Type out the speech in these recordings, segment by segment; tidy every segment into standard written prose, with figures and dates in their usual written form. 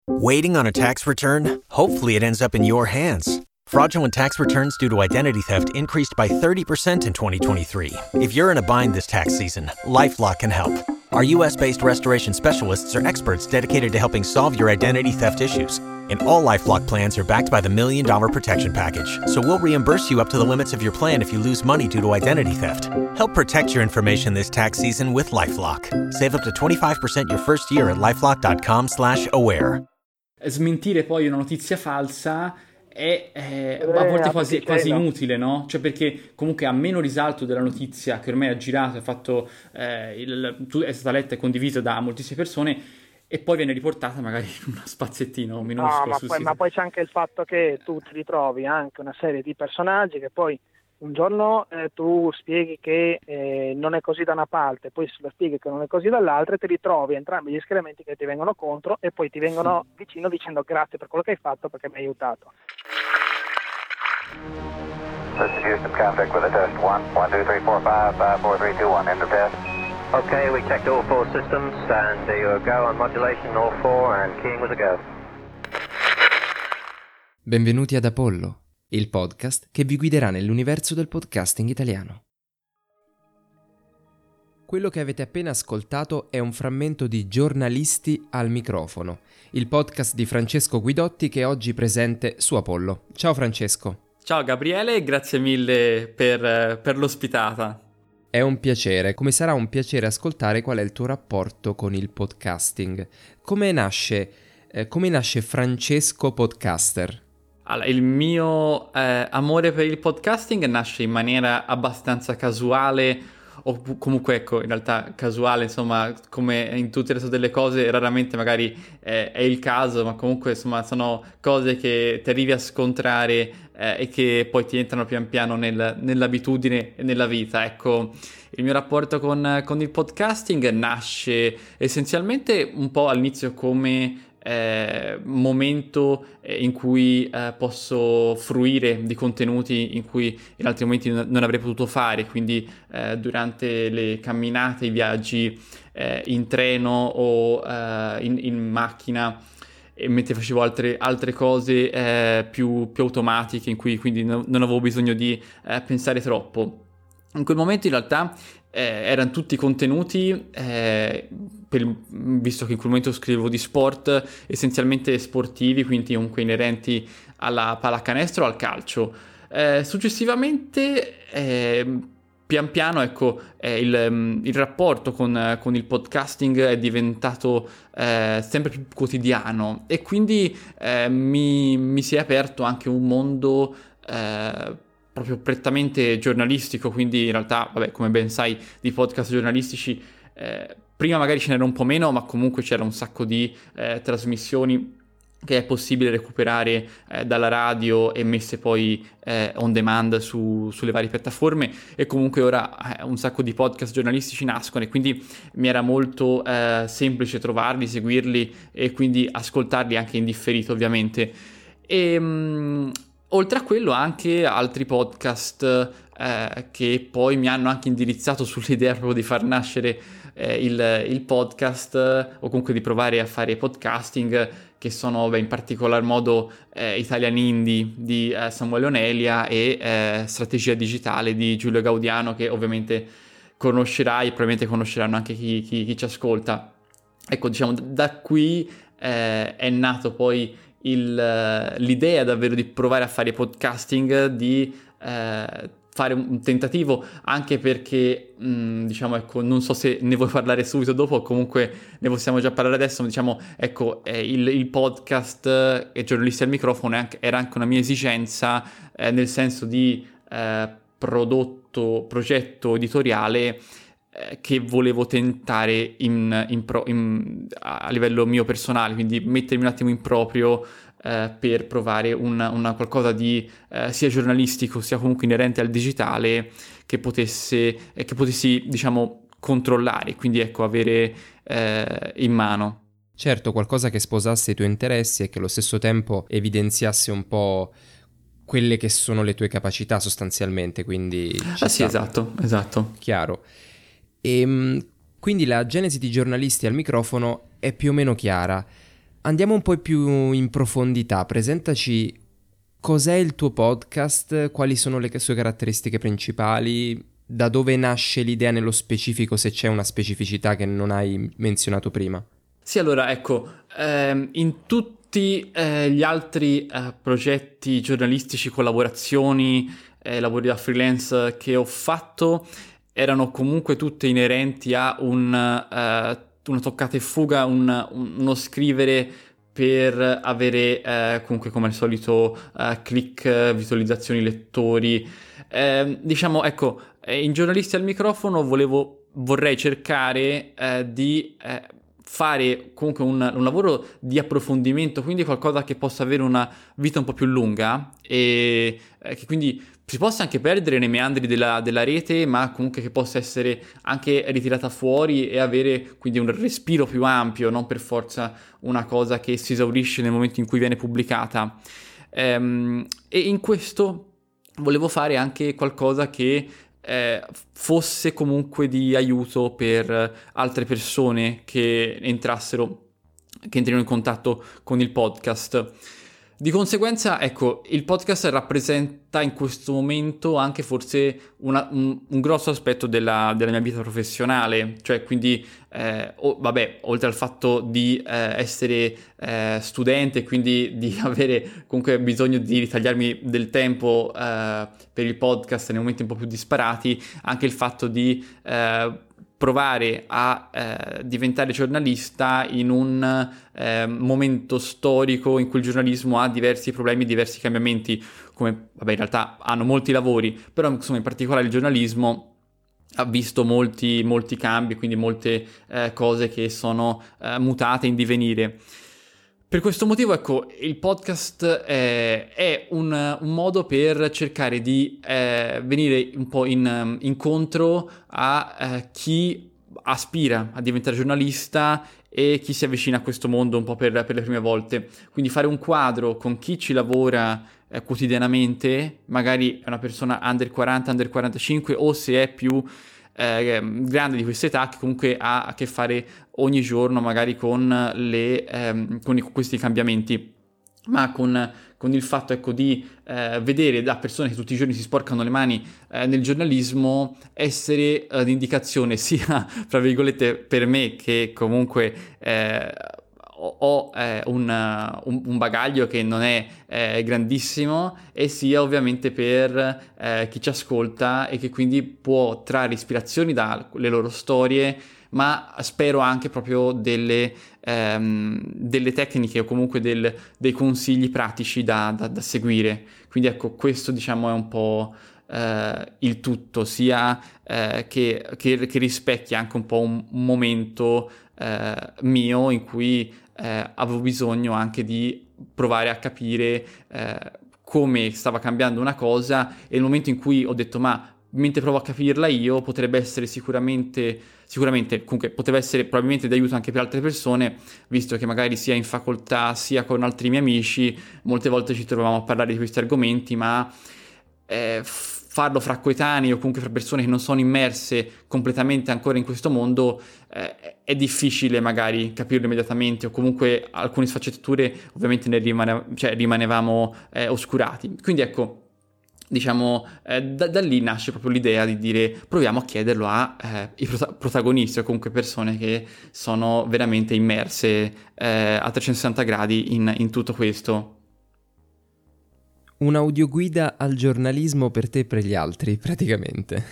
Waiting on a tax return? Hopefully it ends up in your hands. Fraudulent tax returns due to identity theft increased by 30% in 2023. If you're in a bind this tax season, LifeLock can help. Our U.S.-based restoration specialists are experts dedicated to helping solve your identity theft issues. And all LifeLock plans are backed by the $1 Million Protection Package. So we'll reimburse you up to the limits of your plan if you lose money due to identity theft. Help protect your information this tax season with LifeLock. Save up to 25% your first year at LifeLock.com/aware. Smentire poi una notizia falsa è a volte quasi inutile, no? Cioè, perché comunque ha meno risalto della notizia che ormai ha girato, è fatto è stata letta e condivisa da moltissime persone, e poi viene riportata magari in uno spaziettino minuscolo sul sito. Ma poi c'è anche il fatto che tu ti ritrovi anche una serie di personaggi che poi un giorno tu spieghi che non è così da una parte, poi lo spieghi che non è così dall'altra, e ti ritrovi entrambi gli schieramenti che ti vengono contro e poi ti vengono vicino dicendo grazie per quello che hai fatto perché mi hai aiutato. Houston, contact with the test. 1, 2, 3, 4, 5, 5, 4, 3, 2, 1, end of test. Okay, we checked all 4 systems and you go on modulation, all 4, and keying was a go. Benvenuti ad Apollo, il podcast che vi guiderà nell'universo del podcasting italiano. Quello che avete appena ascoltato è un frammento di Giornalisti al microfono, il podcast di Francesco Guidotti che è oggi presente su Apollo. Ciao Francesco. Ciao Gabriele, grazie mille per l'ospitata. È un piacere, come sarà un piacere ascoltare qual è il tuo rapporto con il podcasting. Come nasce Francesco Podcaster? Allora, il mio amore per il podcasting nasce in maniera abbastanza casuale, o comunque ecco, in realtà casuale, insomma, come in tutte le resto delle cose, raramente magari è il caso, ma comunque insomma sono cose che ti arrivi a scontrare e che poi ti entrano pian piano nell'abitudine e nella vita. Ecco, il mio rapporto con il podcasting nasce essenzialmente un po' all'inizio come momento in cui posso fruire di contenuti in cui in altri momenti non avrei potuto fare, quindi durante le camminate, i viaggi in treno o in macchina, e mentre facevo altre cose più automatiche, in cui quindi non avevo bisogno di pensare troppo. In quel momento in realtà erano tutti contenuti, visto che in quel momento scrivevo di sport, essenzialmente sportivi, quindi comunque inerenti alla pallacanestro o al calcio. Successivamente, pian piano, ecco, il rapporto con il podcasting è diventato sempre più quotidiano, e quindi mi si è aperto anche un mondo proprio prettamente giornalistico. Quindi in realtà, vabbè, come ben sai, di podcast giornalistici prima magari ce n'era un po' meno, ma comunque c'era un sacco di trasmissioni che è possibile recuperare dalla radio e messe poi on demand sulle varie piattaforme, e comunque ora un sacco di podcast giornalistici nascono, e quindi mi era molto semplice trovarli, seguirli e quindi ascoltarli anche in differito, ovviamente. Oltre a quello anche altri podcast che poi mi hanno anche indirizzato sull'idea proprio di far nascere il podcast, o comunque di provare a fare podcasting, che sono in particolar modo Italian Indie di Samuele Onelia e Strategia Digitale di Giulio Gaudiano, che ovviamente conoscerai e probabilmente conosceranno anche chi ci ascolta. Ecco, diciamo, da qui è nato poi l'idea davvero di provare a fare podcasting, di fare un tentativo, anche perché diciamo, ecco, non so se ne vuoi parlare subito dopo o comunque ne possiamo già parlare adesso, ma diciamo, ecco, il podcast e Giornalisti al microfono era anche una mia esigenza, nel senso di progetto editoriale che volevo tentare a livello mio personale, quindi mettermi un attimo in proprio per provare una qualcosa di sia giornalistico sia comunque inerente al digitale, che potessi, diciamo, controllare, quindi ecco, avere in mano. Certo, qualcosa che sposasse i tuoi interessi e che allo stesso tempo evidenziasse un po' quelle che sono le tue capacità sostanzialmente, quindi... Sì, esatto. Chiaro. E quindi la genesi di Giornalisti al microfono è più o meno chiara. Andiamo un po' più in profondità, presentaci cos'è il tuo podcast, quali sono le sue caratteristiche principali, da dove nasce l'idea nello specifico, se c'è una specificità che non hai menzionato prima. Sì, allora ecco, in tutti gli altri progetti giornalistici, collaborazioni, lavori da freelance che ho fatto erano comunque tutte inerenti a una toccata e fuga, uno scrivere per avere comunque come al solito click, visualizzazioni, lettori. Diciamo, ecco, in Giornalisti al microfono vorrei cercare di fare comunque un lavoro di approfondimento, quindi qualcosa che possa avere una vita un po' più lunga e che quindi si possa anche perdere nei meandri della rete, ma comunque che possa essere anche ritirata fuori e avere quindi un respiro più ampio, non per forza una cosa che si esaurisce nel momento in cui viene pubblicata. E in questo volevo fare anche qualcosa che fosse comunque di aiuto per altre persone che entrino in contatto con il podcast. Di conseguenza, ecco, il podcast rappresenta in questo momento anche forse un grosso aspetto della mia vita professionale, cioè quindi, oltre al fatto di essere studente e quindi di avere comunque bisogno di ritagliarmi del tempo per il podcast nei momenti un po' più disparati, anche il fatto di provare a diventare giornalista in un momento storico in cui il giornalismo ha diversi problemi, diversi cambiamenti, come in realtà hanno molti lavori, però insomma in particolare il giornalismo ha visto molti cambi, quindi molte cose che sono mutate in divenire. Per questo motivo, ecco, il podcast è un modo per cercare di venire un po' incontro a chi aspira a diventare giornalista e chi si avvicina a questo mondo un po' per le prime volte. Quindi fare un quadro con chi ci lavora quotidianamente, magari è una persona under 40, under 45 o se è più grande di questa età, che comunque ha a che fare ogni giorno magari con questi cambiamenti, ma con il fatto, ecco, di vedere da persone che tutti i giorni si sporcano le mani nel giornalismo, essere d'indicazione sia, tra virgolette, per me che comunque ho un bagaglio che non è grandissimo, e sia ovviamente per chi ci ascolta e che quindi può trarre ispirazioni dalle loro storie, ma spero anche proprio delle tecniche o comunque dei consigli pratici da seguire. Quindi ecco, questo diciamo è un po' il tutto, sia che rispecchia anche un po' un momento mio in cui avevo bisogno anche di provare a capire come stava cambiando una cosa, e il momento in cui ho detto ma mentre provo a capirla io potrebbe essere sicuramente comunque poteva essere probabilmente di aiuto anche per altre persone, visto che magari sia in facoltà sia con altri miei amici molte volte ci trovavamo a parlare di questi argomenti, ma farlo fra coetanei o comunque fra persone che non sono immerse completamente ancora in questo mondo è difficile magari capirlo immediatamente, o comunque alcune sfaccettature ovviamente ne rimanevamo oscurati. Quindi ecco, diciamo, da lì nasce proprio l'idea di dire proviamo a chiederlo ai protagonisti o comunque persone che sono veramente immerse a 360 gradi in tutto questo. Un'audioguida al giornalismo per te e per gli altri, praticamente.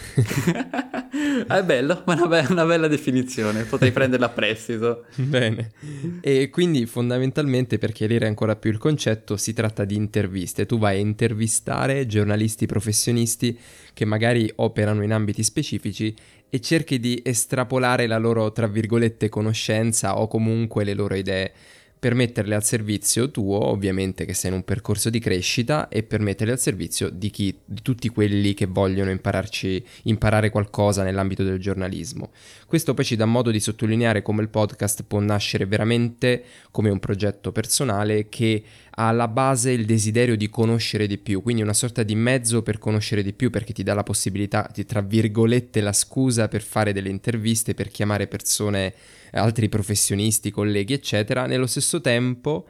È bello, ma una bella definizione, potrei prenderla a prestito. Bene. E quindi fondamentalmente, per chiarire ancora più il concetto, si tratta di interviste. Tu vai a intervistare giornalisti professionisti che magari operano in ambiti specifici e cerchi di estrapolare la loro, tra virgolette, conoscenza o comunque le loro idee, per metterle al servizio tuo, ovviamente che sei in un percorso di crescita, e per metterle al servizio di tutti quelli che vogliono imparare qualcosa nell'ambito del giornalismo. Questo poi ci dà modo di sottolineare come il podcast può nascere veramente come un progetto personale che ha alla base il desiderio di conoscere di più, quindi una sorta di mezzo per conoscere di più, perché ti dà la possibilità, tra virgolette, la scusa per fare delle interviste, per chiamare persone, altri professionisti, colleghi, eccetera. Nello stesso tempo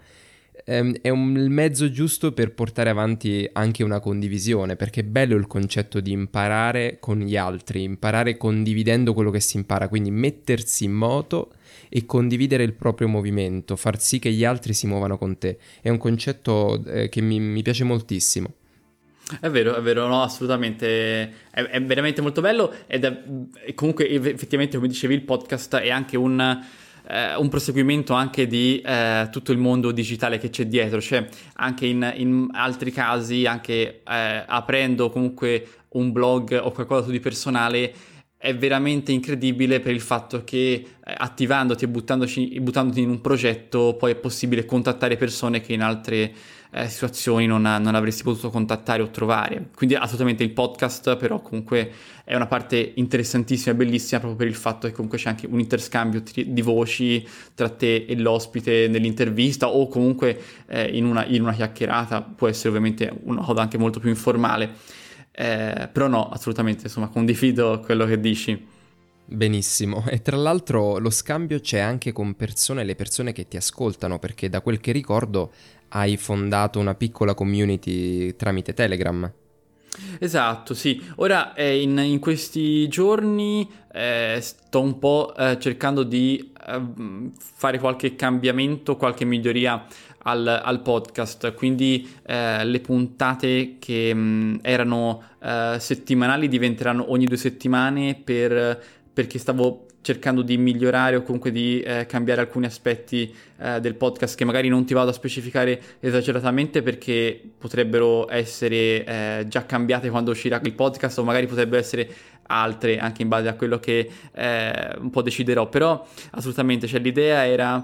è il mezzo giusto per portare avanti anche una condivisione, perché è bello il concetto di imparare con gli altri, imparare condividendo quello che si impara, quindi mettersi in moto e condividere il proprio movimento, far sì che gli altri si muovano con te. È un concetto che mi piace moltissimo. È vero, no, assolutamente, è veramente molto bello ed è comunque effettivamente, come dicevi, il podcast è anche un proseguimento anche di tutto il mondo digitale che c'è dietro, cioè anche in altri casi, anche aprendo comunque un blog o qualcosa su di personale, è veramente incredibile per il fatto che attivandoti e buttandoti in un progetto poi è possibile contattare persone che in altre situazioni non avresti potuto contattare o trovare. Quindi assolutamente il podcast però comunque è una parte interessantissima e bellissima, proprio per il fatto che comunque c'è anche un interscambio di voci tra te e l'ospite nell'intervista, o comunque in una chiacchierata. Può essere ovviamente una cosa anche molto più informale, però no, assolutamente, insomma, condivido quello che dici. Benissimo, e tra l'altro lo scambio c'è anche con le persone che ti ascoltano, perché da quel che ricordo hai fondato una piccola community tramite Telegram. Esatto, sì. Ora in questi giorni sto un po' cercando di fare qualche cambiamento, qualche miglioria al podcast, quindi le puntate che erano settimanali diventeranno ogni 2 settimane perché stavo cercando di migliorare o comunque di cambiare alcuni aspetti del podcast che magari non ti vado a specificare esageratamente, perché potrebbero essere già cambiate quando uscirà il podcast, o magari potrebbero essere altre anche in base a quello che un po' deciderò. Però assolutamente, cioè, l'idea era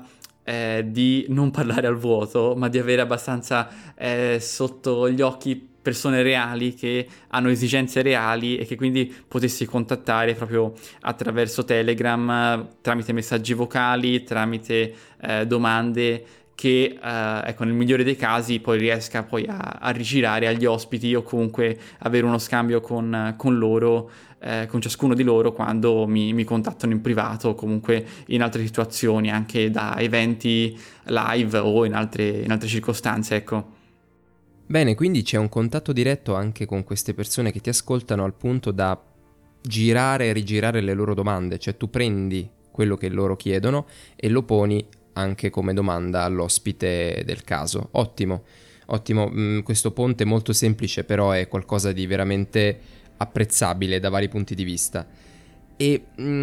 di non parlare al vuoto, ma di avere abbastanza sotto gli occhi persone reali che hanno esigenze reali e che quindi potessi contattare proprio attraverso Telegram, tramite messaggi vocali, tramite domande, che ecco, nel migliore dei casi poi riesca poi a rigirare agli ospiti, o comunque avere uno scambio con loro, con ciascuno di loro, quando mi contattano in privato o comunque in altre situazioni, anche da eventi live o in altre circostanze, ecco. Bene, quindi c'è un contatto diretto anche con queste persone che ti ascoltano, al punto da girare e rigirare le loro domande, cioè tu prendi quello che loro chiedono e lo poni anche come domanda all'ospite del caso. Ottimo, questo ponte è molto semplice, però è qualcosa di veramente apprezzabile da vari punti di vista. E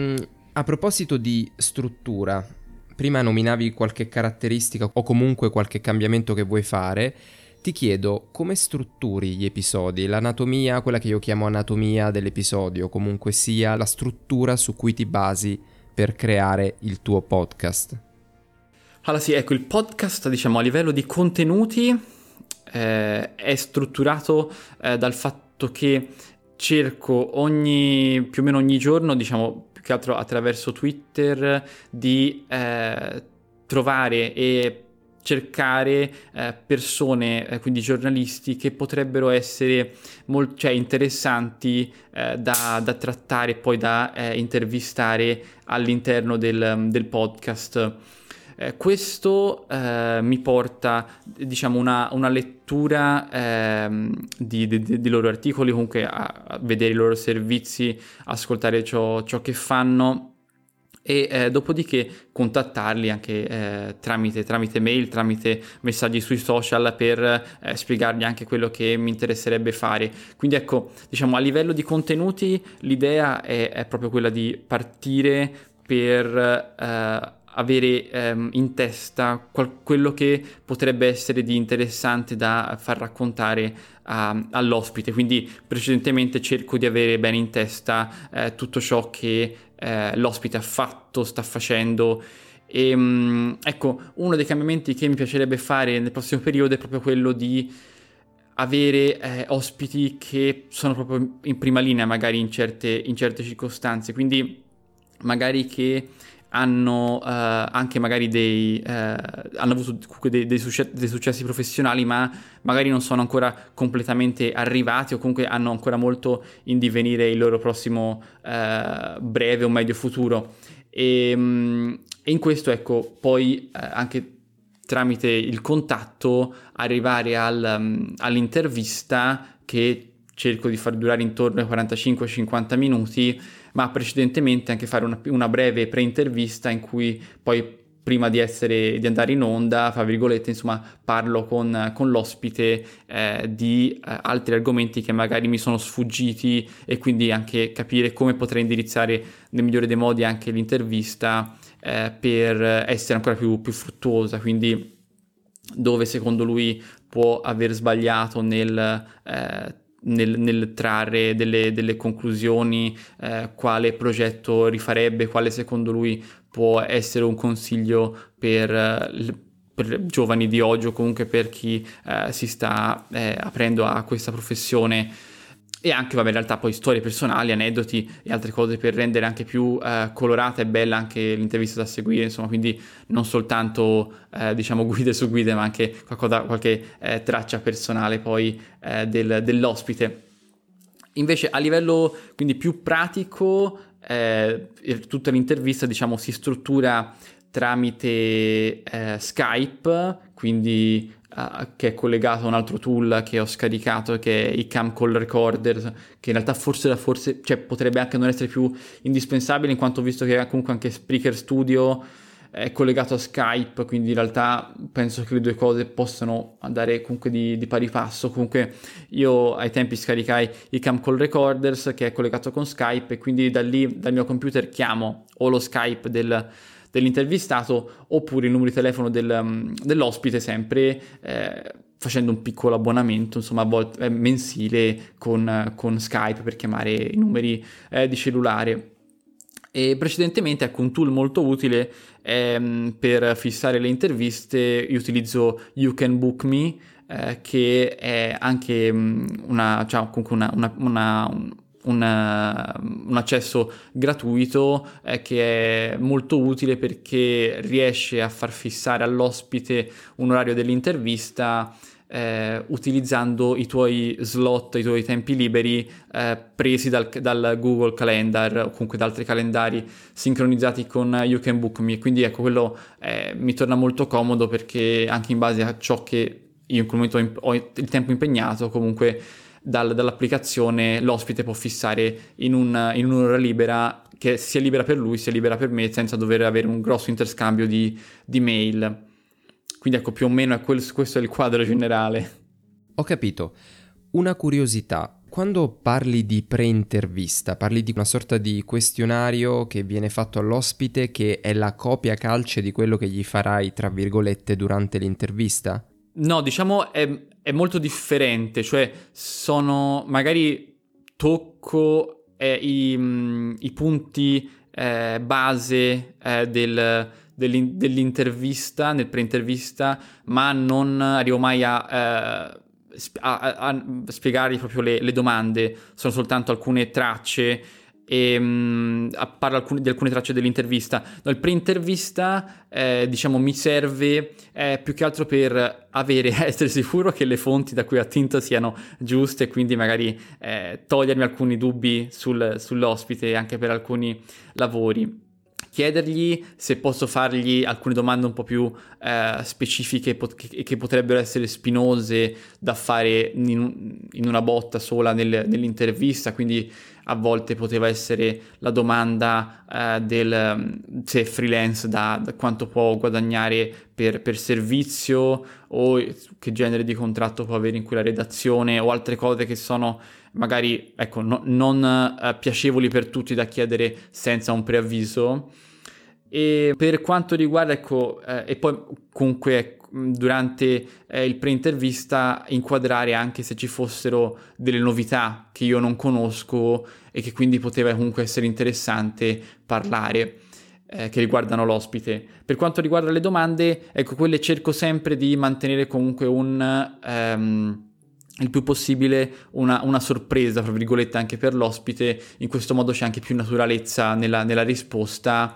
a proposito di struttura, prima nominavi qualche caratteristica o comunque qualche cambiamento che vuoi fare. Ti chiedo come strutturi gli episodi, l'anatomia, quella che io chiamo anatomia dell'episodio, comunque sia la struttura su cui ti basi per creare il tuo podcast. Allora sì, ecco, il podcast, diciamo, a livello di contenuti è strutturato dal fatto che cerco più o meno ogni giorno, diciamo, più che altro attraverso Twitter, di trovare e cercare persone, quindi giornalisti, che potrebbero essere interessanti da trattare e poi da intervistare all'interno del podcast. Questo mi porta, diciamo, una lettura di loro articoli, comunque a vedere i loro servizi, ascoltare ciò che fanno, e dopodiché contattarli anche tramite mail, tramite messaggi sui social, per spiegargli anche quello che mi interesserebbe fare. Quindi ecco, diciamo, a livello di contenuti l'idea è proprio quella di partire per avere in testa quello che potrebbe essere di interessante da far raccontare all'ospite. Quindi precedentemente cerco di avere bene in testa tutto ciò che l'ospite ha fatto, sta facendo. E ecco, uno dei cambiamenti che mi piacerebbe fare nel prossimo periodo è proprio quello di avere ospiti che sono proprio in prima linea, magari in certe circostanze, quindi magari che hanno anche magari hanno avuto dei successi professionali, ma magari non sono ancora completamente arrivati, o comunque hanno ancora molto in divenire il loro prossimo breve o medio futuro. E in questo, ecco, poi anche tramite il contatto arrivare all'intervista, che cerco di far durare intorno ai 45-50 minuti, ma precedentemente anche fare una breve pre-intervista in cui poi, prima di andare in onda, fra virgolette, insomma, parlo con l'ospite di altri argomenti che magari mi sono sfuggiti, e quindi anche capire come potrei indirizzare nel migliore dei modi anche l'intervista per essere ancora più fruttuosa. Quindi dove secondo lui può aver sbagliato nel trarre delle conclusioni, quale progetto rifarebbe, quale secondo lui può essere un consiglio per giovani di oggi, o comunque per chi si sta aprendo a questa professione. E anche, in realtà poi storie personali, aneddoti e altre cose per rendere anche più colorata e bella anche l'intervista da seguire, insomma, quindi non soltanto diciamo guide su guide, ma anche qualche traccia personale poi dell'ospite. Invece a livello quindi più pratico, tutta l'intervista, diciamo, si struttura tramite Skype, quindi che è collegato a un altro tool che ho scaricato, che è i Cam Call Recorder, che in realtà forse cioè, potrebbe anche non essere più indispensabile, in quanto ho visto che comunque anche Spreaker Studio è collegato a Skype, quindi in realtà penso che le due cose possano andare comunque di pari passo. Comunque io ai tempi scaricai i Cam Call Recorders, che è collegato con Skype, e quindi da lì, dal mio computer, chiamo o lo Skype dell'intervistato oppure il numero di telefono dell'ospite, sempre facendo un piccolo abbonamento, insomma, a volte mensile con Skype, per chiamare i numeri di cellulare. E precedentemente, ecco, un tool molto utile per fissare le interviste, io utilizzo You Can Book Me, che è anche un accesso gratuito, che è molto utile perché riesce a far fissare all'ospite un orario dell'intervista utilizzando i tuoi slot, i tuoi tempi liberi presi dal Google Calendar, o comunque da altri calendari sincronizzati con You Can Book Me. Quindi ecco, quello mi torna molto comodo, perché anche in base a ciò che io in quel momento ho il tempo impegnato, comunque dall'applicazione l'ospite può fissare in un'ora libera, che sia libera per lui sia libera per me, senza dover avere un grosso interscambio di mail. Quindi ecco, più o meno questo è il quadro generale. Ho capito. Una curiosità: quando parli di pre-intervista, parli di una sorta di questionario che viene fatto all'ospite, che è la copia calce di quello che gli farai, tra virgolette, durante l'intervista? No, diciamo è molto differente, cioè magari tocco i punti base dell'intervista, nel pre-intervista, ma non arrivo mai a spiegargli proprio le domande. Sono soltanto alcune tracce, e parlo di alcune tracce dell'intervista. No, il pre-intervista diciamo mi serve più che altro per essere sicuro che le fonti da cui ho attinto siano giuste, quindi magari togliermi alcuni dubbi sull'ospite anche per alcuni lavori. Chiedergli se posso fargli alcune domande un po' più specifiche, che potrebbero essere spinose da fare in una botta sola nell'intervista. Quindi a volte poteva essere la domanda se è freelance, da quanto può guadagnare per servizio, o che genere di contratto può avere in quella redazione, o altre cose che sono magari, ecco, non piacevoli per tutti da chiedere senza un preavviso. E per quanto riguarda, ecco, e poi comunque durante il pre-intervista inquadrare anche se ci fossero delle novità che io non conosco e che quindi poteva comunque essere interessante parlare, che riguardano l'ospite. Per quanto riguarda le domande, ecco, quelle cerco sempre di mantenere comunque il più possibile una sorpresa, tra virgolette, anche per l'ospite. In questo modo c'è anche più naturalezza nella risposta,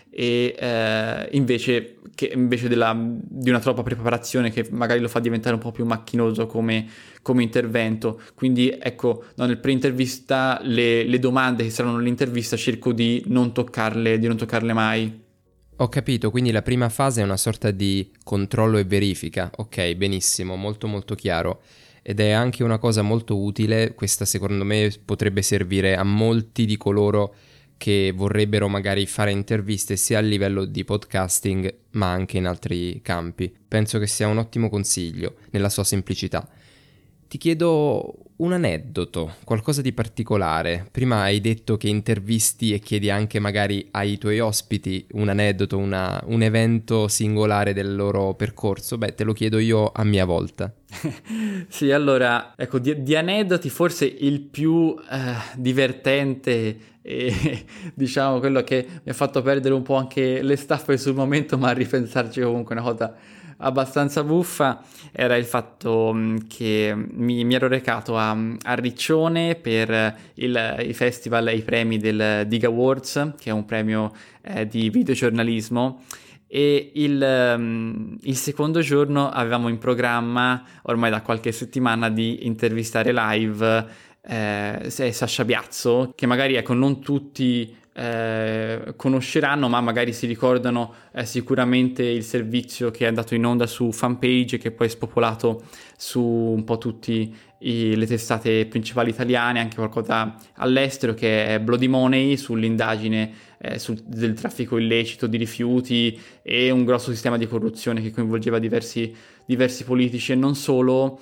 e invece di una troppa preparazione che magari lo fa diventare un po' più macchinoso come intervento. Quindi ecco, no, nel pre-intervista le domande che saranno nell'intervista cerco di non toccarle mai. Ho capito, quindi la prima fase è una sorta di controllo e verifica. Ok, benissimo, molto molto chiaro. Ed è anche una cosa molto utile, questa secondo me potrebbe servire a molti di coloro che vorrebbero magari fare interviste sia a livello di podcasting ma anche in altri campi. Penso che sia un ottimo consiglio nella sua semplicità. Ti chiedo un aneddoto, qualcosa di particolare. Prima hai detto che intervisti e chiedi anche magari ai tuoi ospiti un aneddoto, un evento singolare del loro percorso. Beh, te lo chiedo io a mia volta. Sì, allora, ecco, di aneddoti forse il più divertente e diciamo quello che mi ha fatto perdere un po' anche le staffe sul momento, ma a ripensarci comunque una cosa abbastanza buffa, era il fatto che mi ero recato a Riccione per i festival e i premi del Dig Awards, che è un premio di videogiornalismo, e il secondo giorno avevamo in programma, ormai da qualche settimana, di intervistare live Sasha Biazzo, che magari ecco non tutti conosceranno, ma magari si ricordano sicuramente il servizio che è andato in onda su Fanpage, che poi è spopolato su un po' tutte le testate principali italiane, anche qualcosa all'estero, che è Bloody Money, sull'indagine del traffico illecito di rifiuti e un grosso sistema di corruzione che coinvolgeva diversi politici e non solo.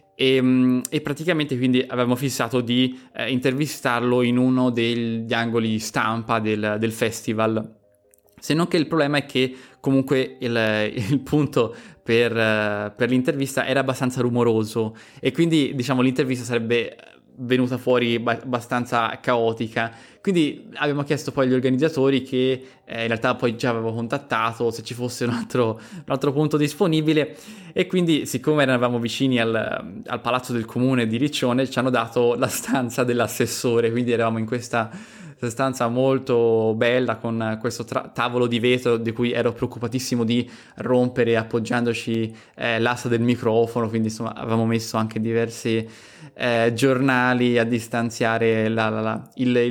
E praticamente quindi avevamo fissato di intervistarlo in uno degli angoli stampa del festival, se non che il problema è che comunque il punto per l'intervista era abbastanza rumoroso e quindi diciamo l'intervista sarebbe venuta fuori abbastanza caotica. Quindi abbiamo chiesto poi agli organizzatori, che in realtà poi già avevo contattato, se ci fosse un altro punto disponibile, e quindi siccome eravamo vicini al palazzo del comune di Riccione ci hanno dato la stanza dell'assessore, quindi eravamo in questa stanza molto bella con questo tavolo di vetro di cui ero preoccupatissimo di rompere appoggiandoci l'asta del microfono, quindi insomma avevamo messo anche diversi giornali a distanziare la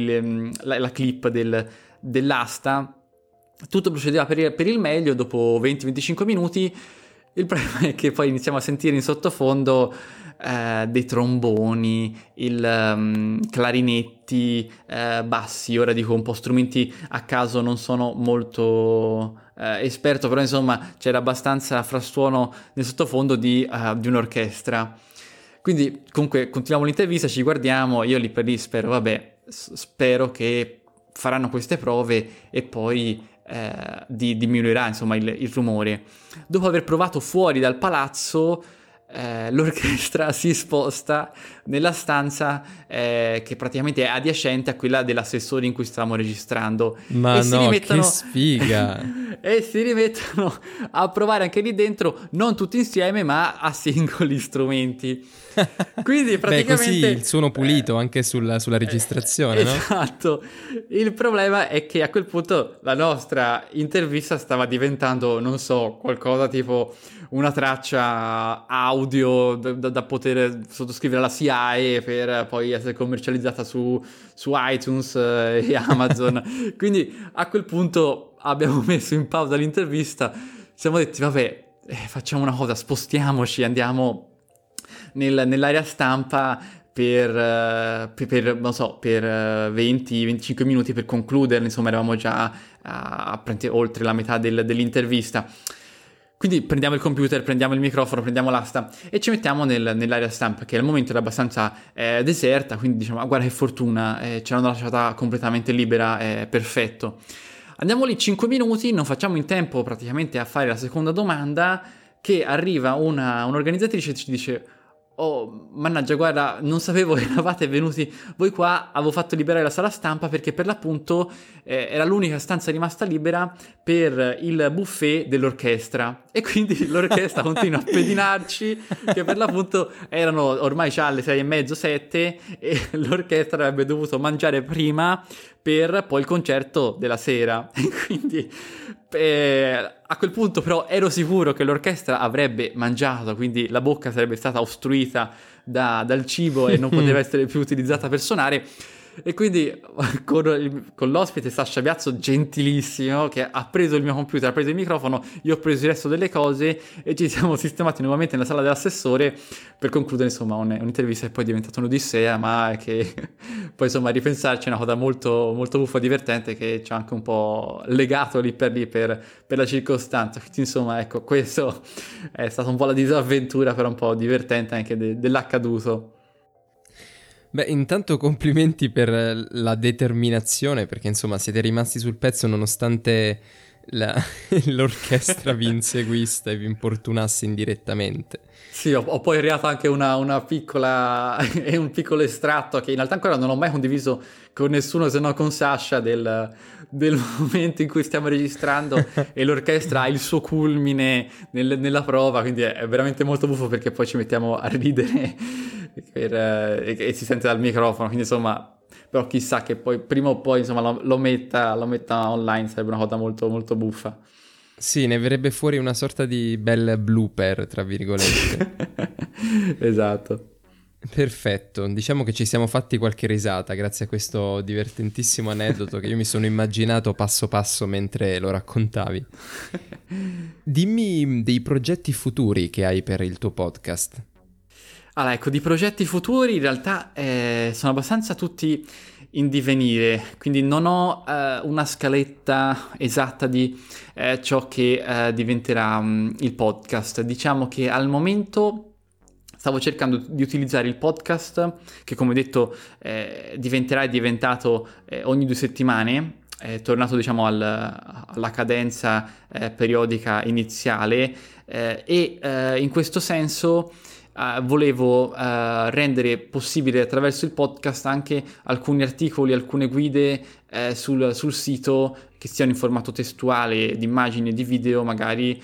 clip dell'asta. Tutto procedeva per il meglio. Dopo 20-25 minuti il problema è che poi iniziamo a sentire in sottofondo dei tromboni, clarinetti, bassi. Ora dico un po' strumenti a caso, non sono molto esperto, però insomma c'era abbastanza frastuono nel sottofondo di un'orchestra. Quindi comunque continuiamo l'intervista, ci guardiamo, io lì per lì spero che faranno queste prove e poi diminuirà insomma il rumore. Dopo aver provato fuori dal palazzo, l'orchestra si sposta nella stanza che praticamente è adiacente a quella dell'assessore in cui stavamo registrando. Ma no, che sfiga! E si rimettono a provare anche lì dentro, non tutti insieme ma a singoli strumenti. Quindi praticamente così il suono pulito anche sulla registrazione, no? Esatto. Il problema è che a quel punto la nostra intervista stava diventando, non so, qualcosa tipo una traccia audio da poter sottoscrivere alla SIAE per poi essere commercializzata su iTunes e Amazon. Quindi a quel punto abbiamo messo in pausa l'intervista, ci siamo detti facciamo una cosa, spostiamoci, andiamo nell'area stampa per 20-25 minuti per concluderla. Insomma eravamo già oltre la metà dell'intervista. Quindi prendiamo il computer, prendiamo il microfono, prendiamo l'asta e ci mettiamo nell'area stampa, che al momento era abbastanza deserta, quindi diciamo guarda che fortuna, ce l'hanno lasciata completamente libera, perfetto. Andiamo lì 5 minuti, non facciamo in tempo praticamente a fare la seconda domanda, che arriva un'organizzatrice e ci dice: oh, mannaggia, guarda, non sapevo che eravate venuti voi qua, avevo fatto liberare la sala stampa perché per l'appunto era l'unica stanza rimasta libera per il buffet dell'orchestra, e quindi l'orchestra continua a pedinarci, che per l'appunto erano ormai già alle 6:30, 7, e l'orchestra avrebbe dovuto mangiare prima per poi il concerto della sera, e quindi a quel punto però ero sicuro che l'orchestra avrebbe mangiato, quindi la bocca sarebbe stata ostruita dal cibo e non poteva essere più utilizzata per suonare. E quindi con l'ospite Sasha Biazzo, gentilissimo, che ha preso il mio computer, ha preso il microfono, io ho preso il resto delle cose e ci siamo sistemati nuovamente nella sala dell'assessore per concludere insomma un'intervista che poi è diventata un'odissea, ma che poi insomma a ripensarci è una cosa molto, molto buffa e divertente, che ci ha anche un po' legato lì per la circostanza. Quindi insomma ecco, questo è stata un po' la disavventura, però un po' divertente anche dell'accaduto. Beh, intanto complimenti per la determinazione, perché insomma siete rimasti sul pezzo nonostante l'orchestra vi inseguisse e vi importunasse indirettamente. Sì, ho poi creato anche una piccola e un piccolo estratto che in realtà ancora non ho mai condiviso con nessuno se non con Sasha del momento in cui stiamo registrando e l'orchestra ha il suo culmine nella prova, quindi è veramente molto buffo perché poi ci mettiamo a ridere e si sente dal microfono, quindi insomma, però chissà che poi prima o poi insomma lo metta online, sarebbe una cosa molto molto buffa. Sì, ne verrebbe fuori una sorta di bel blooper, tra virgolette. Esatto. Perfetto, diciamo che ci siamo fatti qualche risata grazie a questo divertentissimo aneddoto che io mi sono immaginato passo passo mentre lo raccontavi. Dimmi dei progetti futuri che hai per il tuo podcast. Allora, ecco, di progetti futuri in realtà sono abbastanza tutti in divenire, quindi non ho una scaletta esatta di ciò che diventerà il podcast. Diciamo che al momento stavo cercando di utilizzare il podcast, che come detto è diventato ogni 2 settimane, è tornato diciamo alla cadenza periodica iniziale, e in questo senso volevo rendere possibile attraverso il podcast anche alcuni articoli, alcune guide sul sito che siano in formato testuale, di immagini e di video, magari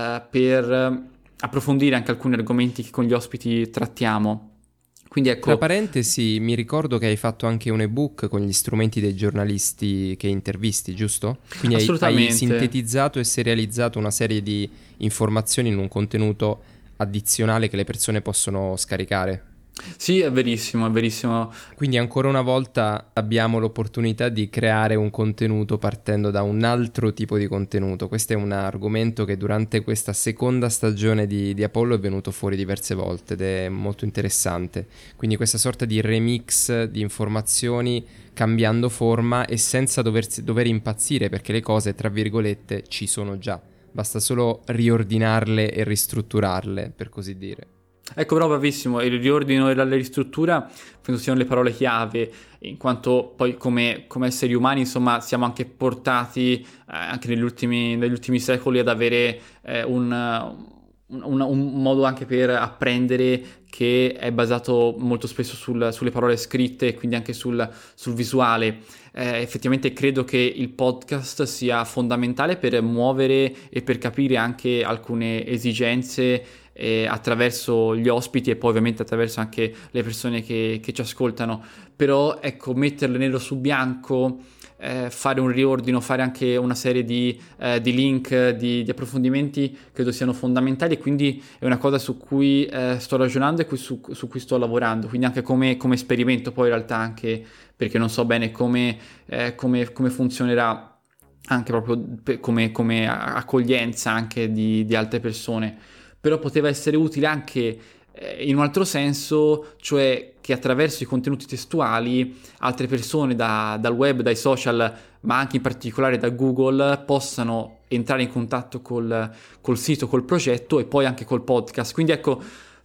per approfondire anche alcuni argomenti che con gli ospiti trattiamo. Quindi ecco. Tra parentesi, mi ricordo che hai fatto anche un ebook con gli strumenti dei giornalisti che intervisti, giusto? Quindi hai sintetizzato e serializzato una serie di informazioni in un contenuto addizionale che le persone possono scaricare. Sì, è verissimo, è verissimo. Quindi ancora una volta abbiamo l'opportunità di creare un contenuto partendo da un altro tipo di contenuto. Questo è un argomento che durante questa seconda stagione di Apollo è venuto fuori diverse volte ed è molto interessante. Quindi questa sorta di remix di informazioni cambiando forma e senza dover impazzire, perché le cose, tra virgolette, ci sono già. Basta solo riordinarle e ristrutturarle, per così dire. Ecco, però bravissimo, il riordino e la ristruttura penso siano le parole chiave, in quanto poi come esseri umani insomma siamo anche portati anche negli ultimi secoli ad avere un modo anche per apprendere che è basato molto spesso sulle parole scritte e quindi anche sul visuale. Effettivamente credo che il podcast sia fondamentale per muovere e per capire anche alcune esigenze attraverso gli ospiti e poi ovviamente attraverso anche le persone che ci ascoltano. Però ecco, metterle nero su bianco, fare un riordino, fare anche una serie di link, di approfondimenti credo siano fondamentali, e quindi è una cosa su cui sto ragionando e su cui sto lavorando, quindi anche come esperimento, poi in realtà anche perché non so bene come funzionerà anche proprio come accoglienza anche di altre persone. Però poteva essere utile anche in un altro senso, cioè che attraverso i contenuti testuali altre persone dal web, dai social, ma anche in particolare da Google, possano entrare in contatto col sito, col progetto e poi anche col podcast. Quindi ecco,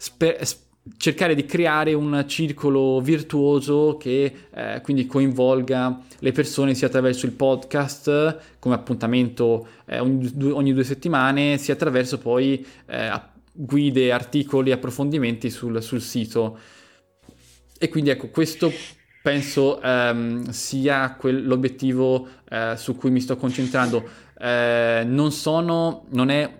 cercare di creare un circolo virtuoso che quindi coinvolga le persone sia attraverso il podcast come appuntamento ogni 2 settimane, sia attraverso poi guide, articoli, approfondimenti sul sito. E quindi ecco, questo penso sia l'obiettivo su cui mi sto concentrando. Non è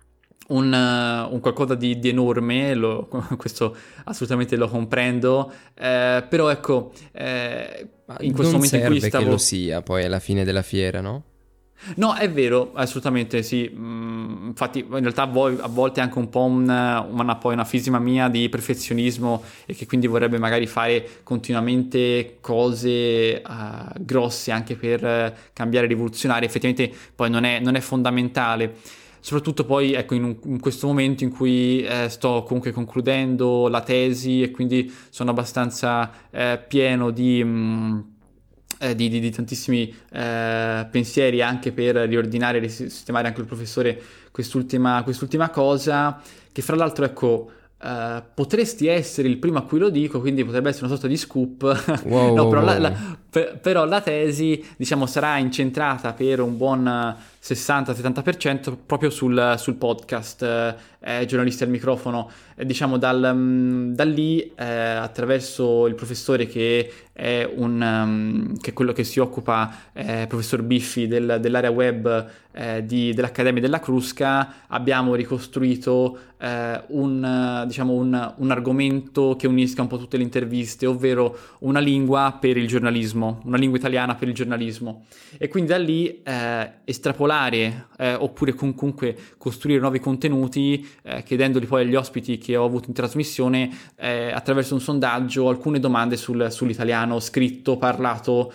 un qualcosa di enorme, questo assolutamente lo comprendo, però ecco, in questo momento in cui che lo sia poi alla fine della fiera, no? No, è vero, assolutamente sì. Infatti in realtà a volte è anche un po' una fisima mia di perfezionismo, e che quindi vorrebbe magari fare continuamente cose grosse anche per cambiare, rivoluzionare. Effettivamente poi non è fondamentale. Soprattutto poi ecco in questo momento in cui sto comunque concludendo la tesi, e quindi sono abbastanza pieno di tantissimi pensieri anche per riordinare e risistemare anche il professore quest'ultima cosa, che fra l'altro ecco potresti essere il primo a cui lo dico, quindi potrebbe essere una sorta di scoop. Wow, no, però, wow. però la tesi, diciamo, sarà incentrata per un buon 60-70% proprio sul podcast, giornalisti al microfono. Diciamo da lì, attraverso il professore che è che è quello che si occupa, professor Biffi dell'area web dell'Accademia della Crusca, abbiamo ricostruito un argomento che unisca un po' tutte le interviste, ovvero una lingua per il giornalismo, una lingua italiana per il giornalismo. E quindi da lì estrapolare oppure comunque costruire nuovi contenuti, chiedendoli poi agli ospiti che ho avuto in trasmissione, attraverso un sondaggio, alcune domande sull'italiano scritto, parlato,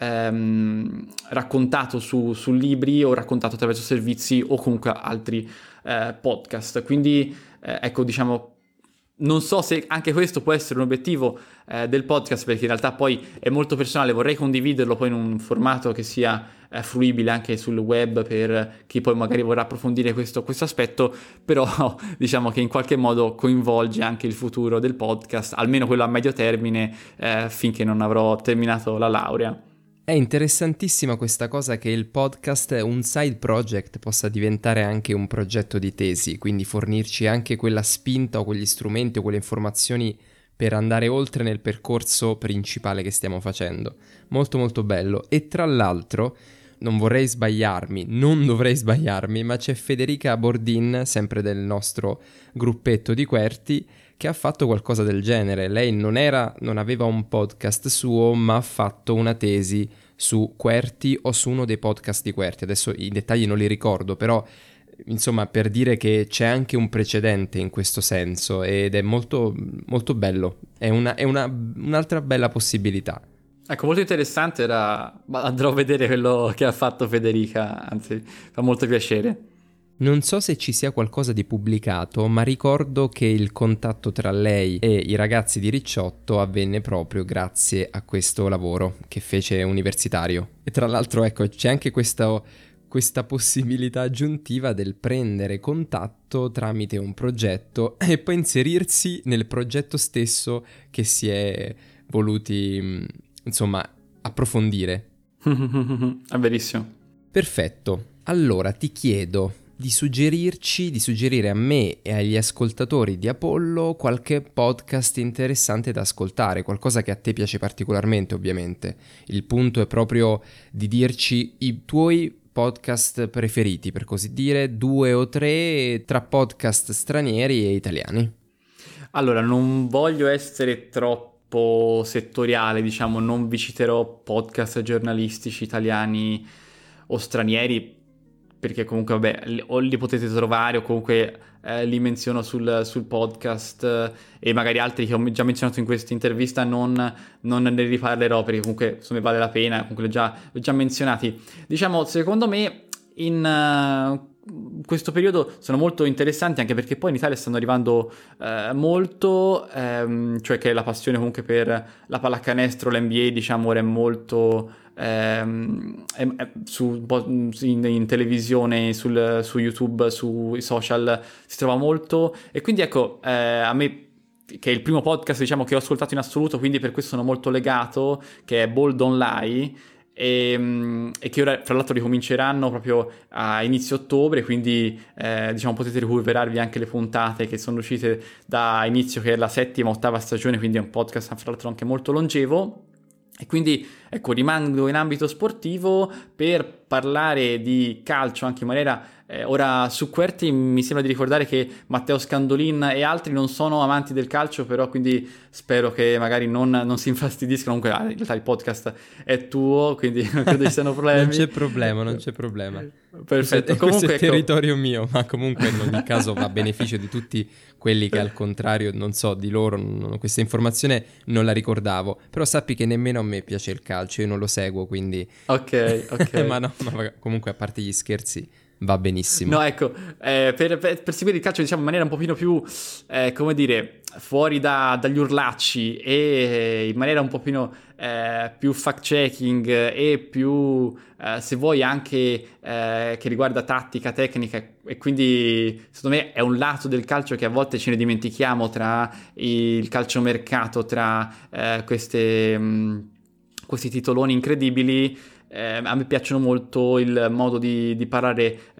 raccontato su libri, o raccontato attraverso servizi o comunque altri podcast. Quindi ecco, diciamo, non so se anche questo può essere un obiettivo del podcast, perché in realtà poi è molto personale, vorrei condividerlo poi in un formato che sia fruibile anche sul web per chi poi magari vorrà approfondire questo aspetto, però diciamo che in qualche modo coinvolge anche il futuro del podcast, almeno quello a medio termine, finché non avrò terminato la laurea. È interessantissima questa cosa che il podcast, un side project, possa diventare anche un progetto di tesi, quindi fornirci anche quella spinta o quegli strumenti o quelle informazioni per andare oltre nel percorso principale che stiamo facendo. Molto molto bello. E tra l'altro, non dovrei sbagliarmi, ma c'è Federica Bordin, sempre del nostro gruppetto di Querti, che ha fatto qualcosa del genere. Lei non aveva un podcast suo, ma ha fatto una tesi su Querti o su uno dei podcast di Querti. Adesso i dettagli non li ricordo, però insomma, per dire che c'è anche un precedente in questo senso, ed è molto molto bello. È un'altra bella possibilità. Ecco, molto interessante, andrò a vedere quello che ha fatto Federica, anzi fa molto piacere. Non so se ci sia qualcosa di pubblicato, ma ricordo che il contatto tra lei e i ragazzi di Ricciotto avvenne proprio grazie a questo lavoro che fece universitario. E tra l'altro, ecco, c'è anche questa possibilità aggiuntiva del prendere contatto tramite un progetto e poi inserirsi nel progetto stesso che si è voluti, insomma, approfondire. È verissimo. Perfetto. Allora ti chiedo di suggerire a me e agli ascoltatori di Apollo qualche podcast interessante da ascoltare, qualcosa che a te piace particolarmente, ovviamente. Il punto è proprio di dirci i tuoi podcast preferiti, per così dire, 2 o 3 tra podcast stranieri e italiani. Allora, non voglio essere troppo settoriale, diciamo, non vi citerò podcast giornalistici italiani o stranieri, perché comunque vabbè, o li potete trovare o comunque li menziono sul podcast, e magari altri che ho già menzionato in questa intervista non ne riparlerò, perché comunque insomma vale la pena, comunque li ho già menzionati. Diciamo, secondo me in questo periodo sono molto interessanti, anche perché poi in Italia stanno arrivando molto, cioè che la passione comunque per la pallacanestro, l'NBA, diciamo, ora è molto in televisione, su YouTube, sui social si trova molto, e quindi ecco, a me, che è il primo podcast, diciamo, che ho ascoltato in assoluto, quindi per questo sono molto legato, che è Ball Don't Lie, e che ora fra l'altro ricominceranno proprio a inizio ottobre, quindi diciamo potete recuperarvi anche le puntate che sono uscite da inizio, che è la 7ª-8ª stagione, quindi è un podcast fra l'altro anche molto longevo. E quindi ecco, rimango in ambito sportivo per parlare di calcio anche in maniera ora su QWERTY. Mi sembra di ricordare che Matteo Scandolin e altri non sono amanti del calcio, però quindi spero che magari non si infastidiscano. Comunque in realtà il podcast è tuo, quindi non credo ci siano problemi. Non c'è problema. Perfetto. Questo è territorio mio, ma comunque in ogni caso va a beneficio di tutti quelli che al contrario, non so, di loro questa informazione non la ricordavo, però sappi che nemmeno a me piace il calcio, io non lo seguo, quindi ok. ma comunque a parte gli scherzi va benissimo. No, ecco, per seguire il calcio diciamo in maniera un pochino più, come dire, fuori dagli urlacci e in maniera un pochino più fact-checking e più, se vuoi, anche che riguarda tattica, tecnica, e quindi secondo me è un lato del calcio che a volte ce ne dimentichiamo tra il calciomercato, tra questi titoloni incredibili. A me piacciono molto il modo di parlare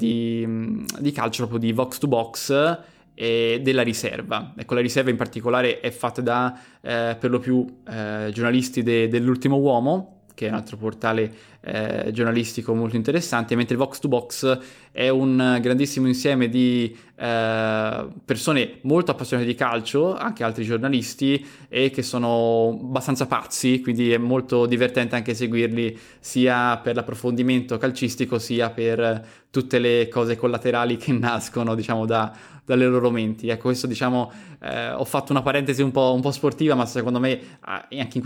di calcio, proprio di Vox to Box e della riserva. Ecco, la riserva in particolare è fatta da per lo più giornalisti dell'Ultimo Uomo, che è un altro portale giornalistico molto interessante, mentre Vox to Box è un grandissimo insieme di persone molto appassionate di calcio, anche altri giornalisti, e che sono abbastanza pazzi, quindi è molto divertente anche seguirli, sia per l'approfondimento calcistico sia per tutte le cose collaterali che nascono, diciamo, dalle loro menti. Ecco, questo, diciamo, ho fatto una parentesi un po' sportiva, ma secondo me anche in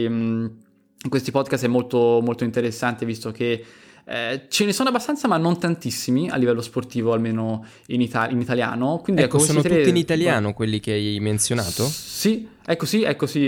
questi podcast è molto, molto interessante, visto che ce ne sono abbastanza, ma non tantissimi a livello sportivo, almeno in italiano. Quindi ecco, sono tutti in italiano quelli che hai menzionato? Sì, ecco sì.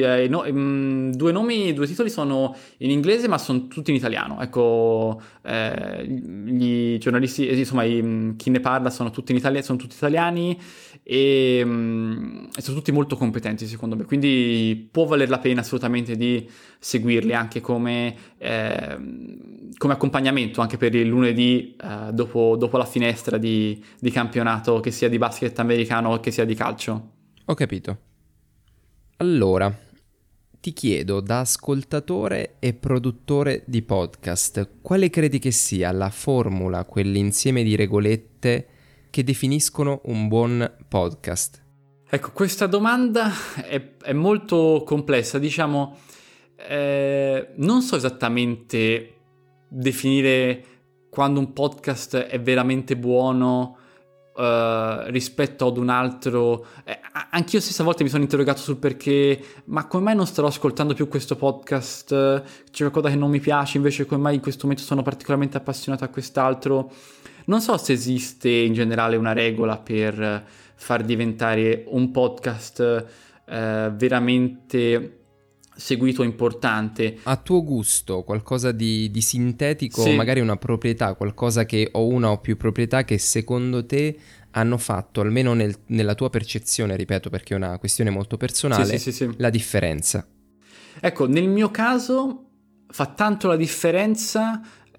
Due titoli sono in inglese, ma sono tutti in italiano. Ecco, gli giornalisti, insomma, chi ne parla sono tutti sono tutti italiani e sono tutti molto competenti, secondo me. Quindi può valer la pena assolutamente di seguirli anche come accompagnamento, anche per il lunedì dopo la finestra di campionato, che sia di basket americano o che sia di calcio. Ho capito. Allora, ti chiedo, da ascoltatore e produttore di podcast, quale credi che sia la formula, quell'insieme di regolette che definiscono un buon podcast? Ecco, questa domanda è molto complessa, diciamo. Non so esattamente definire quando un podcast è veramente buono rispetto ad un altro. Anch'io stessa volta mi sono interrogato sul perché, ma come mai non starò ascoltando più questo podcast, c'è qualcosa che non mi piace, invece come mai in questo momento sono particolarmente appassionato a quest'altro. Non so se esiste in generale una regola per far diventare un podcast veramente seguito, importante. A tuo gusto, qualcosa di sintetico, sì. Magari una proprietà, qualcosa che o una o più proprietà che secondo te hanno fatto, almeno nella tua percezione, ripeto perché è una questione molto personale, sì. la differenza. Ecco, nel mio caso fa tanto la differenza,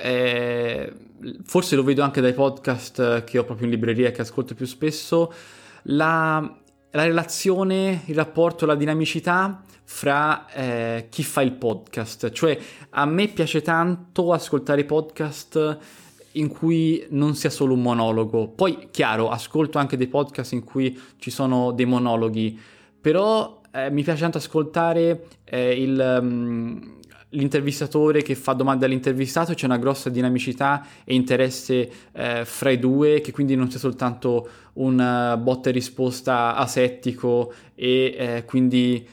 forse lo vedo anche dai podcast che ho proprio in libreria e che ascolto più spesso, la relazione, il rapporto, la dinamicità fra chi fa il podcast. Cioè, a me piace tanto ascoltare podcast in cui non sia solo un monologo. Poi, chiaro, ascolto anche dei podcast in cui ci sono dei monologhi, però mi piace tanto ascoltare l'intervistatore che fa domande all'intervistato, c'è una grossa dinamicità e interesse fra i due, che quindi non sia soltanto un botta e risposta asettico e quindi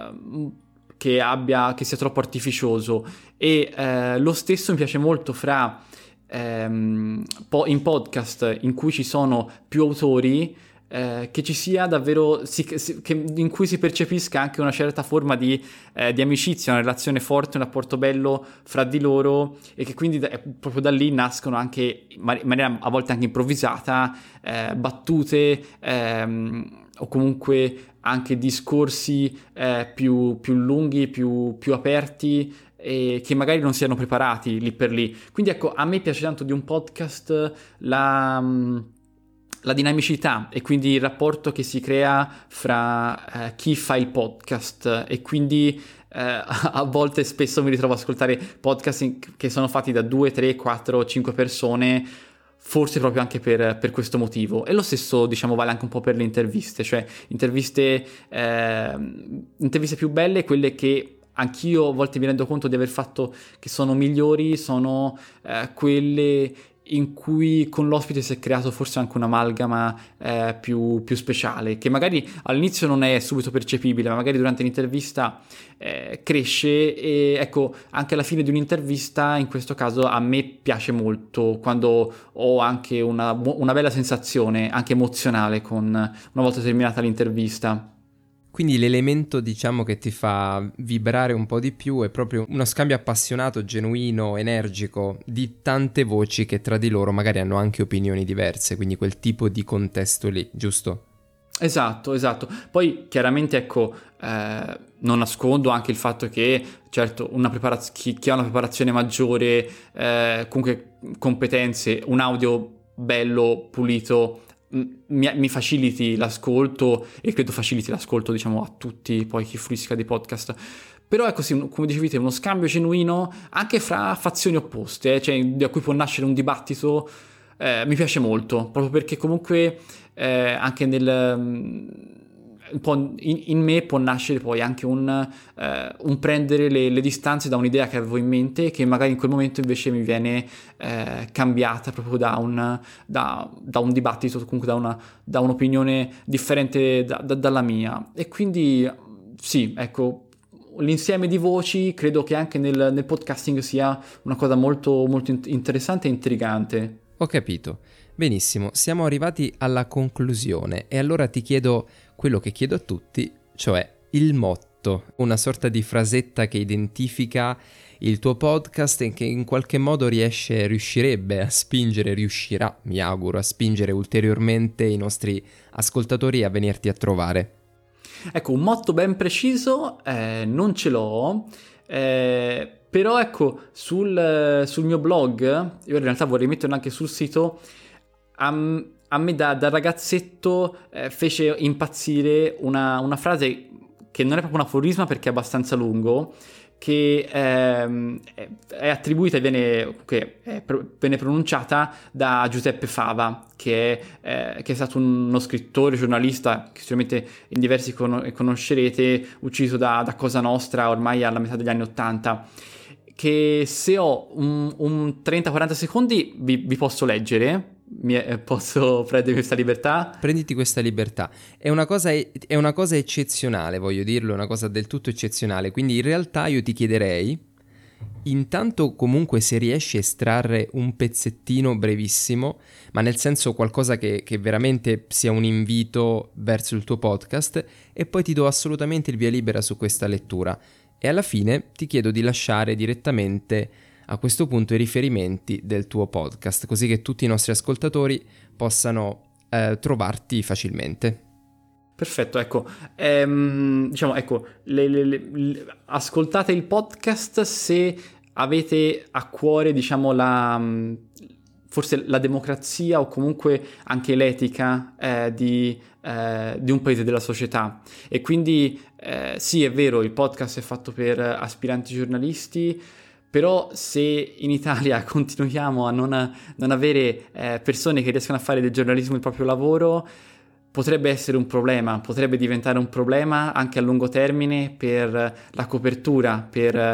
che sia troppo artificioso. E lo stesso mi piace molto in podcast in cui ci sono più autori, che ci sia davvero in cui si percepisca anche una certa forma di amicizia, una relazione forte, un rapporto bello fra di loro, e che quindi proprio da lì nascono anche in maniera a volte anche improvvisata battute o comunque anche discorsi più lunghi, più aperti, che magari non siano preparati lì per lì. Quindi ecco, a me piace tanto di un podcast la dinamicità e quindi il rapporto che si crea fra chi fa il podcast, e quindi a volte spesso mi ritrovo ad ascoltare podcast che sono fatti da 2, 3, 4, 5 persone, forse proprio anche per questo motivo. E lo stesso, diciamo, vale anche un po' per le interviste, cioè interviste più belle, quelle che anch'io a volte mi rendo conto di aver fatto che sono migliori, sono quelle in cui con l'ospite si è creato forse anche un'amalgama più speciale, che magari all'inizio non è subito percepibile, ma magari durante l'intervista cresce. E ecco, anche alla fine di un'intervista, in questo caso, a me piace molto quando ho anche una bella sensazione, anche emozionale, una volta terminata l'intervista. Quindi l'elemento, diciamo, che ti fa vibrare un po' di più è proprio uno scambio appassionato, genuino, energico di tante voci che tra di loro magari hanno anche opinioni diverse, quindi quel tipo di contesto lì, giusto? Esatto. Poi chiaramente, ecco, non nascondo anche il fatto che certo chi ha una preparazione maggiore, comunque competenze, un audio bello, pulito, mi faciliti l'ascolto, e credo faciliti l'ascolto, diciamo, a tutti poi chi fruisca dei podcast. Però ecco, sì, come dicevi te, uno scambio genuino anche fra fazioni opposte, cioè da cui può nascere un dibattito, mi piace molto, proprio perché comunque anche un po' in me può nascere poi anche un prendere le distanze da un'idea che avevo in mente, che magari in quel momento invece mi viene cambiata proprio da un dibattito, comunque da un'opinione differente dalla mia. E quindi sì, ecco, l'insieme di voci credo che anche nel podcasting sia una cosa molto, molto interessante e intrigante. Ho capito. Benissimo, siamo arrivati alla conclusione e allora ti chiedo quello che chiedo a tutti, cioè il motto, una sorta di frasetta che identifica il tuo podcast e che in qualche modo riuscirebbe a spingere, riuscirà, mi auguro, a spingere ulteriormente i nostri ascoltatori a venirti a trovare. Ecco, un motto ben preciso non ce l'ho, però ecco, sul mio blog, io in realtà vorrei metterlo anche sul sito. A me da ragazzetto fece impazzire una frase che non è proprio un aforisma perché è abbastanza lungo, che è attribuita e viene pronunciata da Giuseppe Fava, che è stato uno scrittore, giornalista, che sicuramente in diversi conoscerete, ucciso da Cosa Nostra ormai alla metà degli anni '80. Che se ho un 30-40 secondi vi posso leggere. Posso prendermi questa libertà? Prenditi questa libertà. È una cosa eccezionale, voglio dirlo, è una cosa del tutto eccezionale. Quindi in realtà io ti chiederei, intanto comunque se riesci a estrarre un pezzettino brevissimo, ma nel senso qualcosa che veramente sia un invito verso il tuo podcast, e poi ti do assolutamente il via libera su questa lettura. E alla fine ti chiedo di lasciare direttamente a questo punto i riferimenti del tuo podcast, così che tutti i nostri ascoltatori possano trovarti facilmente. Perfetto, ecco, diciamo, ecco, ascoltate il podcast se avete a cuore, diciamo, forse la democrazia o comunque anche l'etica di un paese, della società. E quindi sì, è vero, il podcast è fatto per aspiranti giornalisti, però se in Italia continuiamo a non avere persone che riescono a fare del giornalismo il proprio lavoro, potrebbe essere un problema, potrebbe diventare un problema anche a lungo termine per la copertura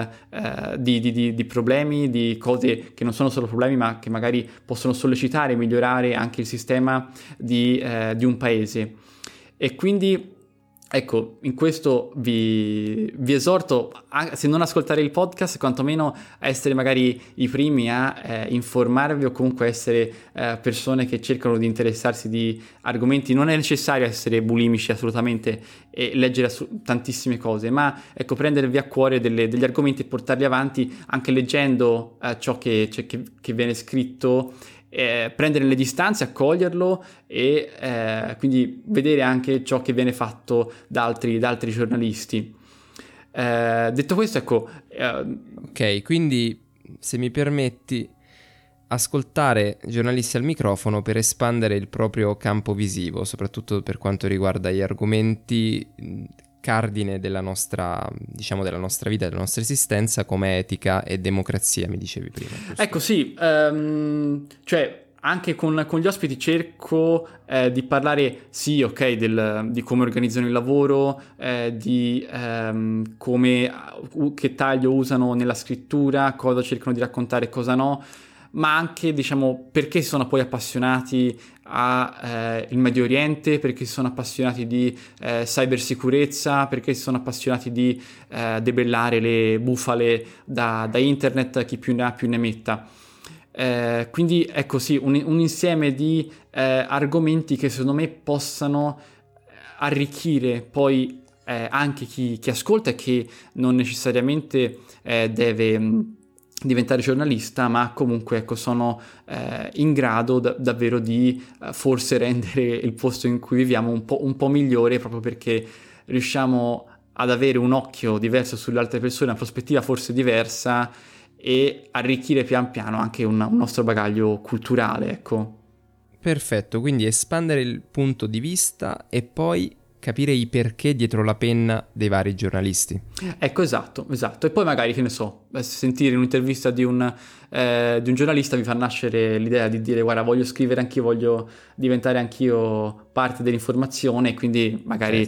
di problemi, di cose che non sono solo problemi, ma che magari possono sollecitare e migliorare anche il sistema di un paese. E quindi, ecco, in questo vi esorto, se non ascoltare il podcast, quantomeno a essere magari i primi a informarvi, o comunque essere persone che cercano di interessarsi di argomenti. Non è necessario essere bulimici assolutamente e leggere tantissime cose, ma ecco, prendervi a cuore degli argomenti e portarli avanti anche leggendo ciò che viene scritto. Prendere le distanze, accoglierlo e quindi vedere anche ciò che viene fatto da altri giornalisti. Detto questo, ecco... Ok, quindi se mi permetti, ascoltare giornalisti al microfono per espandere il proprio campo visivo, soprattutto per quanto riguarda gli argomenti cardine della nostra, diciamo, della nostra vita, della nostra esistenza, come etica e democrazia, mi dicevi prima. Giusto? Ecco, sì, cioè anche con gli ospiti cerco di parlare, sì, ok, di come organizzano il lavoro, di come, che taglio usano nella scrittura, cosa cercano di raccontare e cosa no, ma anche, diciamo, perché sono poi appassionati il Medio Oriente, perché sono appassionati di cybersicurezza, perché sono appassionati di debellare le bufale da internet, chi più ne ha più ne metta. Quindi ecco, sì, un insieme di argomenti che secondo me possano arricchire poi anche chi ascolta, e che non necessariamente deve diventare giornalista, ma comunque, ecco, sono in grado davvero di forse rendere il posto in cui viviamo un po' migliore, proprio perché riusciamo ad avere un occhio diverso sulle altre persone, una prospettiva forse diversa, e arricchire pian piano anche un nostro bagaglio culturale, ecco. Perfetto, quindi espandere il punto di vista e poi capire i perché dietro la penna dei vari giornalisti. Ecco, esatto. E poi magari, che ne so, sentire un'intervista di un giornalista vi fa nascere l'idea di dire: guarda, voglio scrivere anch'io, voglio diventare anch'io parte dell'informazione, e quindi magari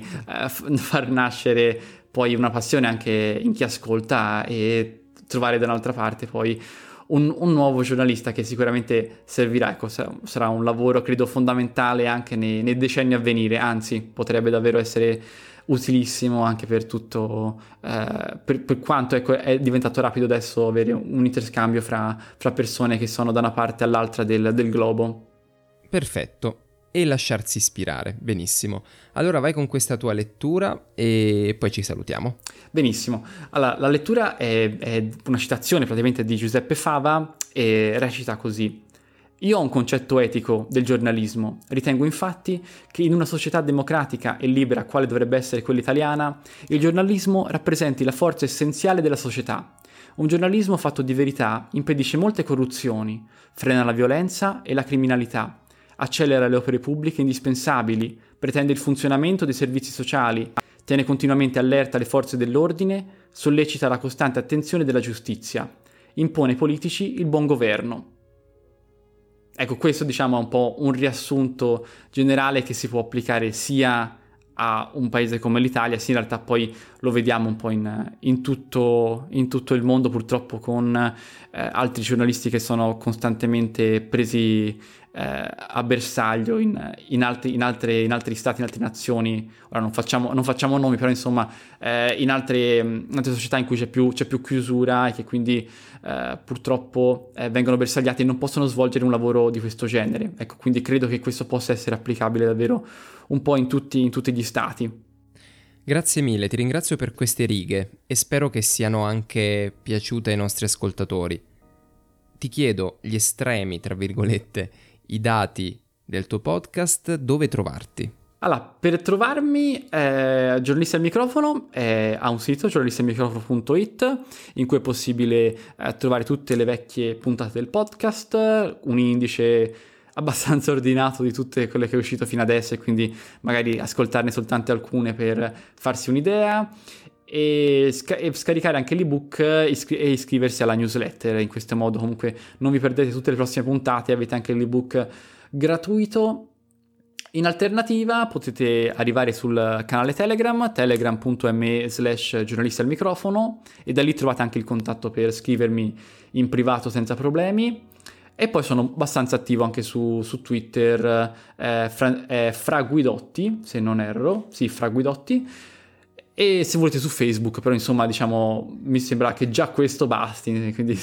far nascere poi una passione anche in chi ascolta, e trovare da un'altra parte poi un nuovo giornalista che sicuramente servirà. Ecco, sarà un lavoro, credo, fondamentale anche nei decenni a venire, anzi potrebbe davvero essere utilissimo anche per tutto, per quanto, ecco, è diventato rapido adesso avere un interscambio fra persone che sono da una parte all'altra del globo. Perfetto. E lasciarsi ispirare, benissimo. Allora vai con questa tua lettura e poi ci salutiamo. Benissimo. Allora, la lettura è una citazione praticamente di Giuseppe Fava, e recita così: io ho un concetto etico del giornalismo. Ritengo infatti che in una società democratica e libera quale dovrebbe essere quella italiana, il giornalismo rappresenti la forza essenziale della società. Un giornalismo fatto di verità impedisce molte corruzioni, frena la violenza e la criminalità, accelera le opere pubbliche indispensabili, pretende il funzionamento dei servizi sociali, tiene continuamente allerta le forze dell'ordine, sollecita la costante attenzione della giustizia, impone ai politici il buon governo. Ecco, questo, diciamo, è un po' un riassunto generale che si può applicare sia a un paese come l'Italia, sì, in realtà poi lo vediamo un po' in tutto il mondo, purtroppo, con altri giornalisti che sono costantemente presi a bersaglio in altri stati, in altre nazioni. Ora non facciamo nomi, però insomma in altre società in cui c'è più chiusura, e che quindi purtroppo vengono bersagliati e non possono svolgere un lavoro di questo genere. Ecco, quindi credo che questo possa essere applicabile davvero un po' in tutti gli stati. Grazie mille, ti ringrazio per queste righe e spero che siano anche piaciute ai nostri ascoltatori. Ti chiedo gli estremi, tra virgolette, i dati del tuo podcast, dove trovarti? Allora, per trovarmi, Giornalisti al Microfono ha un sito, giornalistialmicrofono.it, in cui è possibile trovare tutte le vecchie puntate del podcast, un indice abbastanza ordinato di tutte quelle che è uscito fino adesso, e quindi magari ascoltarne soltanto alcune per farsi un'idea, e scaricare anche l'ebook e iscriversi alla newsletter. In questo modo comunque non vi perdete tutte le prossime puntate, avete anche l'ebook gratuito. In alternativa potete arrivare sul canale Telegram, telegram.me/giornalisti al microfono, e da lì trovate anche il contatto per scrivermi in privato senza problemi. E poi sono abbastanza attivo anche su Twitter, Fra Guidotti, se non erro, sì, Fra Guidotti, e se volete su Facebook, però insomma, diciamo, mi sembra che già questo basti, quindi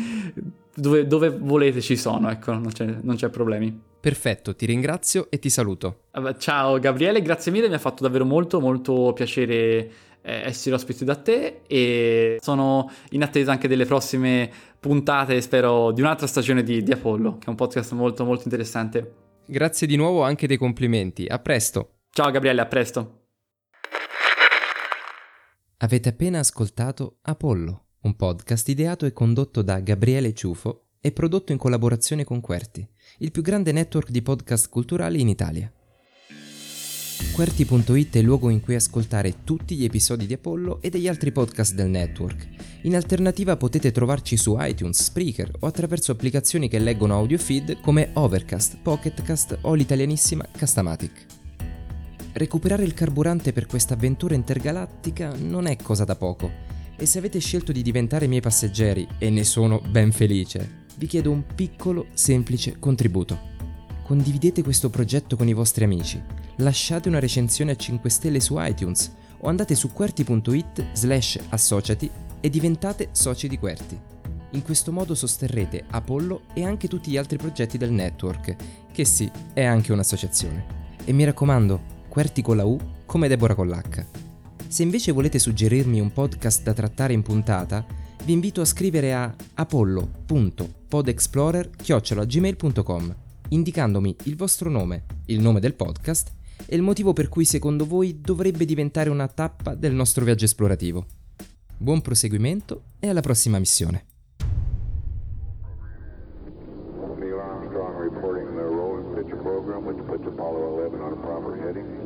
dove volete ci sono, ecco, non c'è problemi. Perfetto, ti ringrazio e ti saluto. Ciao Gabriele, grazie mille, mi ha fatto davvero molto molto piacere essere ospite da te, e sono in attesa anche delle prossime puntate, spero, di un'altra stagione di Apollo, che è un podcast molto molto interessante. Grazie di nuovo anche dei complimenti, a presto. Ciao Gabriele, a presto. Avete appena ascoltato Apollo, un podcast ideato e condotto da Gabriele Ciufo e prodotto in collaborazione con Querti, il più grande network di podcast culturali in Italia. Querti.it è il luogo in cui ascoltare tutti gli episodi di Apollo e degli altri podcast del network. In alternativa potete trovarci su iTunes, Spreaker o attraverso applicazioni che leggono audio feed come Overcast, Pocketcast o l'italianissima Castamatic. Recuperare il carburante per questa avventura intergalattica non è cosa da poco, e se avete scelto di diventare miei passeggeri, e ne sono ben felice, vi chiedo un piccolo, semplice contributo. Condividete questo progetto con i vostri amici, lasciate una recensione a 5 stelle su iTunes o andate su querti.it/associati e diventate soci di Querti. In questo modo sosterrete Apollo e anche tutti gli altri progetti del network, che sì, è anche un'associazione. E mi raccomando, Querti con la U come Deborah con l'H. Se invece volete suggerirmi un podcast da trattare in puntata, vi invito a scrivere a apollo.podexplorer@gmail.com indicandomi il vostro nome, il nome del podcast e il motivo per cui secondo voi dovrebbe diventare una tappa del nostro viaggio esplorativo. Buon proseguimento e alla prossima missione. Neil Armstrong reporting the roll and pitch program, which puts Apollo 11 on a proper heading.